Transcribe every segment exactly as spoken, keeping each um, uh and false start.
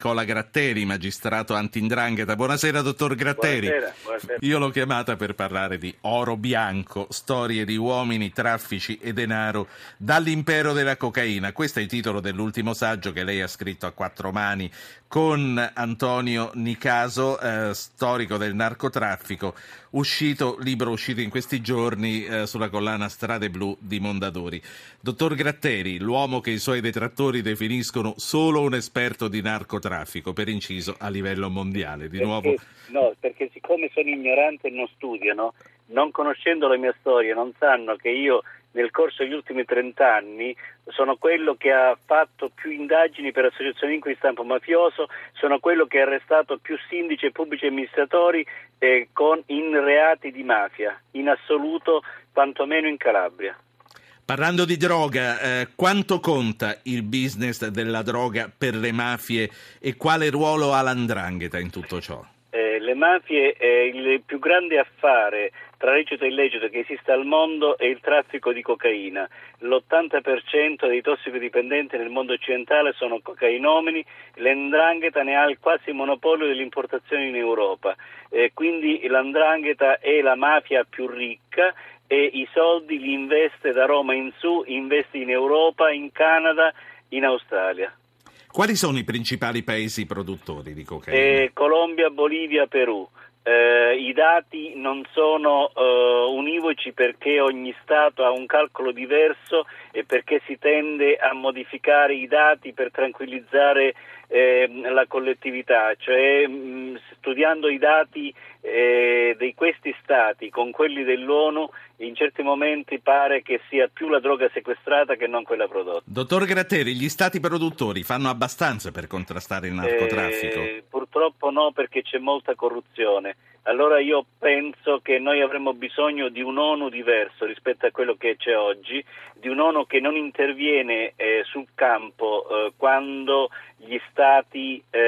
Nicola Gratteri, magistrato anti-'ndrangheta. Buonasera, dottor Gratteri. Buonasera, buonasera. Io l'ho chiamata per parlare di oro bianco, storie di uomini, traffici e denaro dall'impero della cocaina. Questo è il titolo dell'ultimo saggio che lei ha scritto a quattro mani con Antonio Nicaso, eh, storico del narcotraffico, uscito, libro uscito in questi giorni eh, sulla collana Strade Blu di Mondadori. Dottor Gratteri, l'uomo che i suoi detrattori definiscono solo un esperto di narcotraffico, per inciso a livello mondiale. Di perché, nuovo... No, perché siccome sono ignorante e non studiano, non conoscendo la mia storia, non sanno che io nel corso degli ultimi trent'anni sono quello che ha fatto più indagini per associazionismo di stampo mafioso, sono quello che ha arrestato più sindaci e pubblici amministratori eh, con, in reati di mafia, in assoluto, quantomeno in Calabria. Parlando di droga, eh, quanto conta il business della droga per le mafie e quale ruolo ha l'andrangheta in tutto ciò? Eh, le mafie, eh, il più grande affare tra lecito e illecito che esiste al mondo è il traffico di cocaina. L'ottanta per cento dei tossicodipendenti nel mondo occidentale sono cocainomani, l'andrangheta ne ha il quasi monopolio dell'importazione in Europa. Eh, quindi l'andrangheta è la mafia più ricca e i soldi li investe da Roma in su, investe in Europa, in Canada, in Australia. Quali sono i principali paesi produttori di cocaina? Eh, Colombia, Bolivia, Perù. Eh, I dati non sono eh, univoci perché ogni Stato ha un calcolo diverso e perché si tende a modificare i dati per tranquillizzare eh, la collettività, cioè mh, studiando i dati eh, di questi Stati con quelli dell'ONU in certi momenti pare che sia più la droga sequestrata che non quella prodotta. Dottor Gratteri, gli stati produttori fanno abbastanza per contrastare il narcotraffico? Eh, purtroppo no, perché c'è molta corruzione. Allora io penso che noi avremmo bisogno di un ONU diverso rispetto a quello che c'è oggi, di un ONU che non interviene eh, sul campo eh, quando gli stati eh,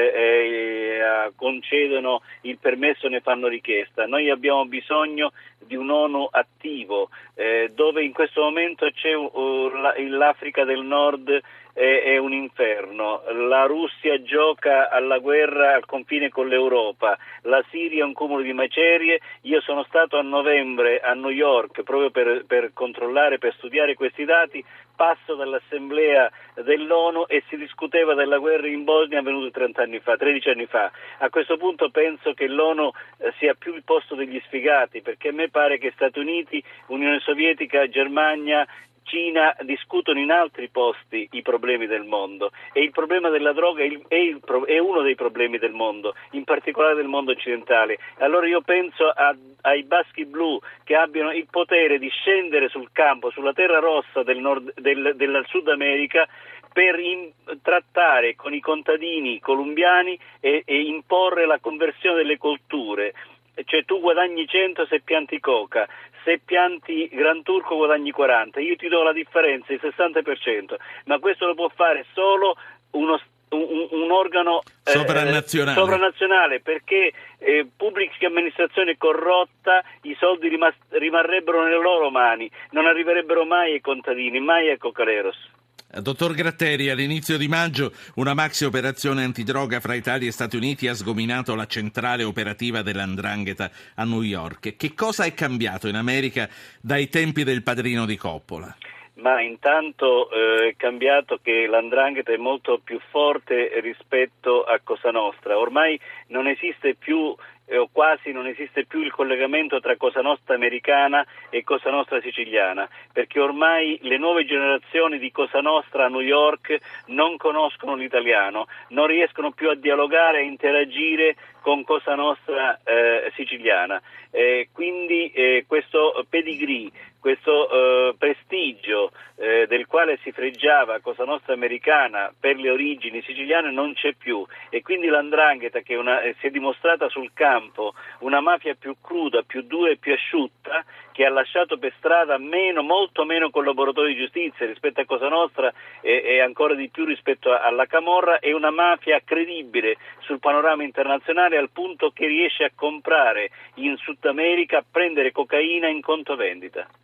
eh, concedono il permesso, ne fanno richiesta. Noi abbiamo bisogno di un ONU attivo, eh, dove in questo momento c'è uh, l'Africa del Nord è, è un inferno, la Russia gioca alla guerra al confine con l'Europa, la Siria è un cumulo di macerie. Io sono stato a novembre a New York proprio per, per controllare, per studiare questi dati. Passo dall'assemblea dell'ONU e si discuteva della guerra in Bosnia avvenuta trenta anni fa, tredici anni fa. A questo punto penso che l'ONU eh, sia più il posto degli sfigati, perché a me pare che Stati Uniti, Unione Sovietica, Germania, Cina discutono in altri posti i problemi del mondo e il problema della droga è, il, è, il, è uno dei problemi del mondo, in particolare del mondo occidentale. Allora io penso a, ai baschi blu che abbiano il potere di scendere sul campo, sulla terra rossa del, nord, del, del Sud America, per in, trattare con i contadini colombiani e, e imporre la conversione delle colture. Cioè tu guadagni cento se pianti coca, se pianti Gran Turco guadagni quaranta, io ti do la differenza, il sessanta per cento, ma questo lo può fare solo uno un, un organo sovranazionale, eh, sovranazionale perché eh, pubblica amministrazione corrotta, i soldi rimas- rimarrebbero nelle loro mani, non arriverebbero mai ai contadini, mai ai cocaleros. Dottor Gratteri, all'inizio di maggio una maxi operazione antidroga fra Italia e Stati Uniti ha sgominato la centrale operativa dell'andrangheta a New York. Che cosa è cambiato in America dai tempi del padrino di Coppola? Ma intanto eh, è cambiato che l'andrangheta è molto più forte rispetto a Cosa Nostra. Ormai non esiste più eh, o quasi non esiste più il collegamento tra Cosa Nostra americana e Cosa Nostra siciliana, perché ormai le nuove generazioni di Cosa Nostra a New York non conoscono l'italiano, non riescono più a dialogare, a interagire con Cosa Nostra eh, siciliana. Eh, quindi eh, questo pedigree, questo eh, prestigio eh, del quale si fregiava Cosa Nostra americana per le origini siciliane non c'è più, e quindi l'andrangheta, che una, eh, si è dimostrata sul campo una mafia più cruda, più dura e più asciutta, che ha lasciato per strada meno, molto meno collaboratori di giustizia rispetto a Cosa Nostra e, e ancora di più rispetto a, alla Camorra, è una mafia credibile sul panorama internazionale al punto che riesce a comprare in Sud America, a prendere cocaina in conto vendita.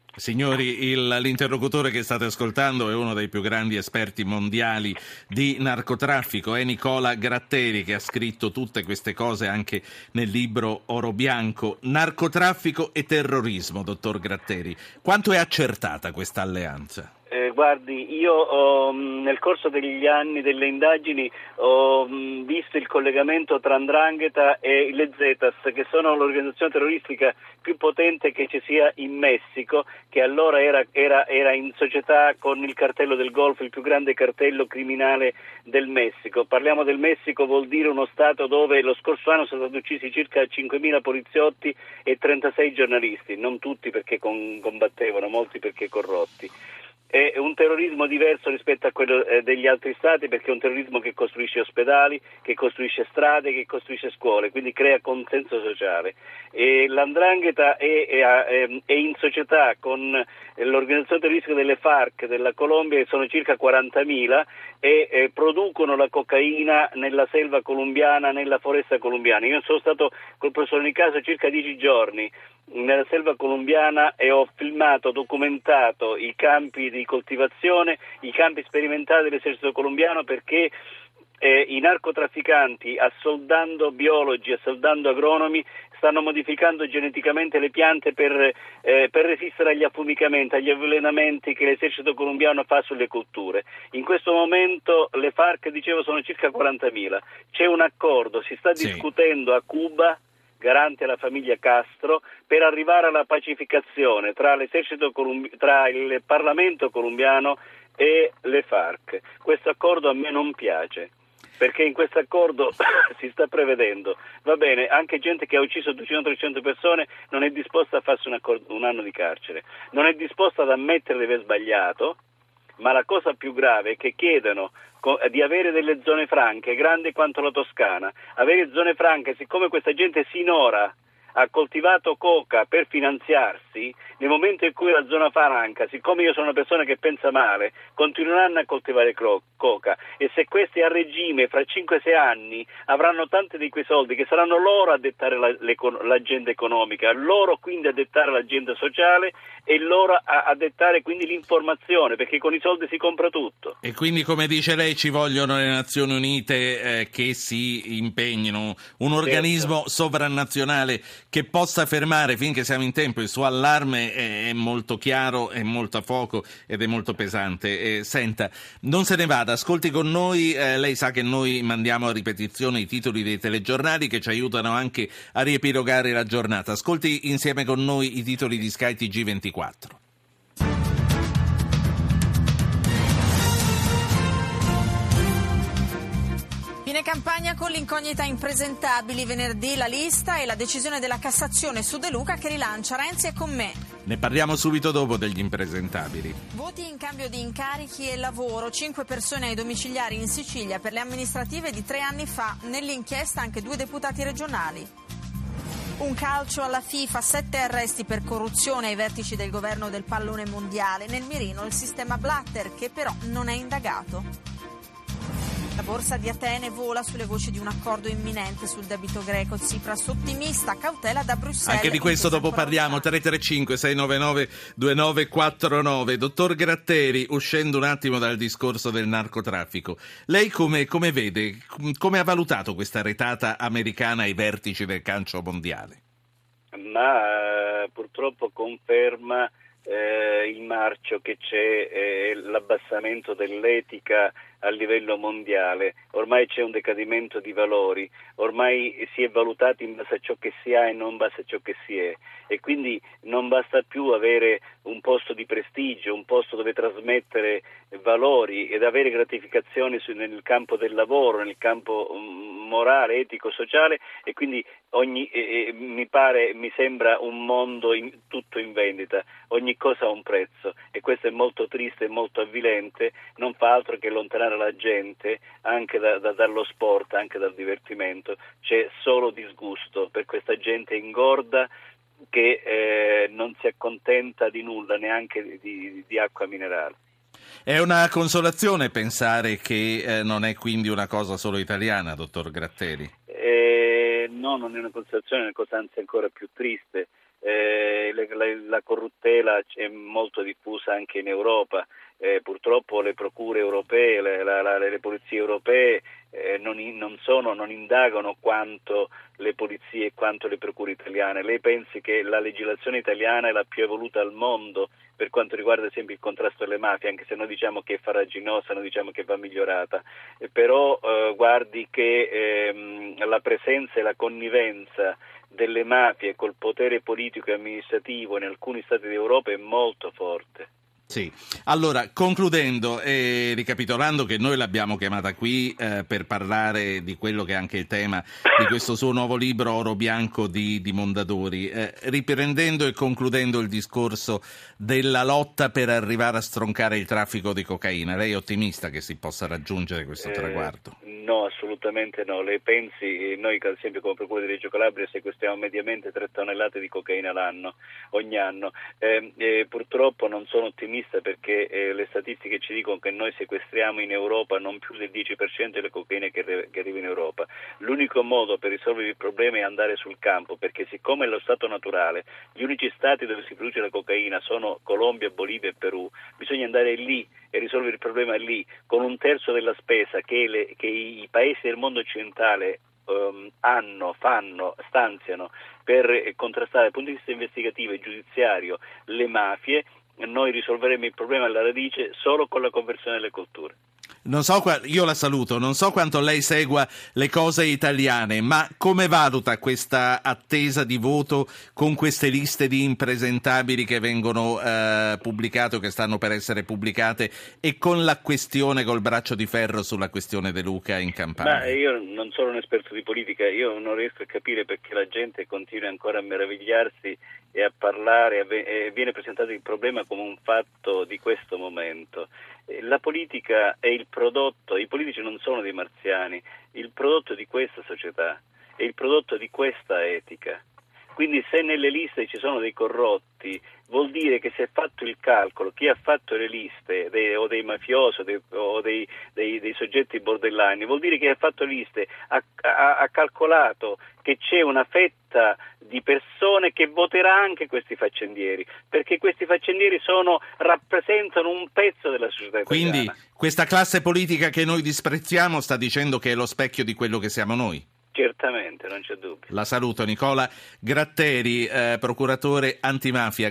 Signori, il, l'interlocutore che state ascoltando è uno dei più grandi esperti mondiali di narcotraffico, è Nicola Gratteri, che ha scritto tutte queste cose anche nel libro Oro Bianco. Narcotraffico e terrorismo, dottor Gratteri. Quanto è accertata questa alleanza? Eh, guardi, io ho, nel corso degli anni delle indagini ho mh, visto il collegamento tra 'ndrangheta e le Zetas, che sono l'organizzazione terroristica più potente che ci sia in Messico, che allora era, era, era in società con il cartello del Golfo, il più grande cartello criminale del Messico. Parliamo del Messico, vuol dire uno stato dove lo scorso anno sono stati uccisi circa cinquemila poliziotti e trentasei giornalisti, non tutti perché con, combattevano, molti perché corrotti. È un terrorismo diverso rispetto a quello eh, degli altri stati, perché è un terrorismo che costruisce ospedali, che costruisce strade, che costruisce scuole, quindi crea consenso sociale. E l'Andrangheta è, è, è in società con l'organizzazione terroristica delle FARC della Colombia, che sono circa quarantamila, e eh, producono la cocaina nella selva colombiana, nella foresta colombiana. Io sono stato col professor Nicaso circa dieci giorni nella selva colombiana e ho filmato, documentato i campi di coltivazione, i campi sperimentali dell'esercito colombiano, perché eh, i narcotrafficanti, assoldando biologi, assoldando agronomi, stanno modificando geneticamente le piante per, eh, per resistere agli affumicamenti, agli avvelenamenti che l'esercito colombiano fa sulle colture. In questo momento le FARC, dicevo, sono circa quarantamila. C'è un accordo, si sta Sì. discutendo a Cuba, garante alla famiglia Castro, per arrivare alla pacificazione tra l'esercito colombi- tra il Parlamento colombiano e le FARC. Questo accordo a me non piace, perché in questo accordo si sta prevedendo, va bene, anche gente che ha ucciso duecento trecento persone non è disposta a farsi un, accordo, un anno di carcere, non è disposta ad ammettere di aver sbagliato, ma la cosa più grave è che chiedono di avere delle zone franche grandi quanto la Toscana, avere zone franche, siccome questa gente sinora ha coltivato coca per finanziarsi, nel momento in cui la zona franca, siccome io sono una persona che pensa male, continueranno a coltivare cro- coca, e se questi a regime fra cinque sei anni avranno tanti di quei soldi che saranno loro a dettare la, l'agenda economica, loro quindi a dettare l'agenda sociale e loro a, a dettare quindi l'informazione, perché con i soldi si compra tutto. E quindi, come dice lei, ci vogliono le Nazioni Unite eh, che si impegnino, un organismo certo. sovranazionale che possa fermare, finché siamo in tempo. Il suo allarme è, è molto chiaro, è molto a fuoco ed è molto pesante. Eh, senta, non se ne vada, ascolti con noi, eh, lei sa che noi mandiamo a ripetizione i titoli dei telegiornali che ci aiutano anche a riepilogare la giornata. Ascolti insieme con noi i titoli di Sky T G ventiquattro. Fine campagna con l'incognita impresentabili, venerdì la lista e la decisione della Cassazione su De Luca che rilancia Renzi è con me. Ne parliamo subito dopo degli impresentabili. Voti in cambio di incarichi e lavoro, cinque persone ai domiciliari in Sicilia per le amministrative di tre anni fa, nell'inchiesta anche due deputati regionali. Un calcio alla FIFA, sette arresti per corruzione ai vertici del governo del pallone mondiale, nel mirino il sistema Blatter che però non è indagato. La borsa di Atene vola sulle voci di un accordo imminente sul debito greco. Tsipras ottimista, cautela da Bruxelles. Anche di questo dopo parliamo. Tre tre cinque sei nove nove due nove quattro nove. Dottor Gratteri, uscendo un attimo dal discorso del narcotraffico, lei come, come vede, come ha valutato questa retata americana ai vertici del calcio mondiale? Ma eh, purtroppo conferma eh, il marcio che c'è, eh, l'abbassamento dell'etica a livello mondiale. Ormai c'è un decadimento di valori, ormai si è valutato in base a ciò che si ha e non in base a ciò che si è, e quindi non basta più avere un posto di prestigio, un posto dove trasmettere valori ed avere gratificazioni nel campo del lavoro, nel campo morale, etico, sociale, e quindi ogni eh, mi pare, mi sembra un mondo in, tutto in vendita, ogni cosa ha un prezzo, e questo è molto triste e molto avvilente, non fa altro che allontanare la gente anche da, da, dallo sport, anche dal divertimento. C'è solo disgusto per questa gente ingorda che eh, non si accontenta di nulla, neanche di, di acqua minerale. È una consolazione pensare che eh, non è quindi una cosa solo italiana, dottor Gratteri? Eh, no, non è una consolazione, è una cosa anzi ancora più triste. eh, le, la, la corruttela è molto diffusa anche in Europa. Eh, purtroppo le procure europee, le, la, la, le polizie europee eh, non, in, non, sono, non indagano quanto le polizie e quanto le procure italiane. Lei pensi che la legislazione italiana è la più evoluta al mondo per quanto riguarda ad esempio il contrasto alle mafie, anche se noi diciamo che è farraginosa, noi diciamo che va migliorata, eh, però eh, guardi che ehm, la presenza e la connivenza delle mafie col potere politico e amministrativo in alcuni stati d'Europa è molto forte. Sì, allora concludendo e ricapitolando che noi l'abbiamo chiamata qui eh, per parlare di quello che è anche il tema di questo suo nuovo libro Oro Bianco di, di Mondadori, eh, riprendendo e concludendo il discorso della lotta per arrivare a stroncare il traffico di cocaina, lei è ottimista che si possa raggiungere questo Eh, traguardo? No, assolutamente no. Lei pensi, noi ad esempio come Procura di Reggio Calabria sequestriamo mediamente tre tonnellate di cocaina l'anno, ogni anno. Eh, eh, purtroppo non sono ottimista perché eh, le statistiche ci dicono che noi sequestriamo in Europa non più del dieci per cento delle cocaine che, che arriva in Europa. L'unico modo per risolvere il problema è andare sul campo, perché siccome è lo stato naturale, gli unici stati dove si produce la cocaina sono Colombia, Bolivia e Perù, bisogna andare lì e risolvere il problema lì, con un terzo della spesa che, le, che i paesi del mondo occidentale um, hanno, fanno, stanziano per contrastare dal punto di vista investigativo e giudiziario le mafie. Noi risolveremo il problema alla radice solo con la conversione delle colture. Non so, io la saluto, non so quanto lei segua le cose italiane, ma come valuta questa attesa di voto con queste liste di impresentabili che vengono eh, pubblicate o che stanno per essere pubblicate e con la questione col braccio di ferro sulla questione De Luca in Campania? Ma io non sono un esperto di politica, io non riesco a capire perché la gente continua ancora a meravigliarsi e a parlare e viene presentato il problema come un fatto di questo momento. La politica è il prodotto, i politici non sono dei marziani, il prodotto di questa società, è il prodotto di questa etica. Quindi se nelle liste ci sono dei corrotti, vuol dire che si è fatto il calcolo, chi ha fatto le liste dei, o dei mafiosi o, dei, o dei, dei, dei soggetti bordellani, vuol dire che ha fatto le liste, ha, ha, ha calcolato che c'è una fetta di persone che voterà anche questi faccendieri, perché questi faccendieri sono, rappresentano un pezzo della società italiana. Quindi questa classe politica che noi disprezziamo sta dicendo che è lo specchio di quello che siamo noi? Certamente, non c'è dubbio. La saluto, Nicola Gratteri, eh, procuratore antimafia.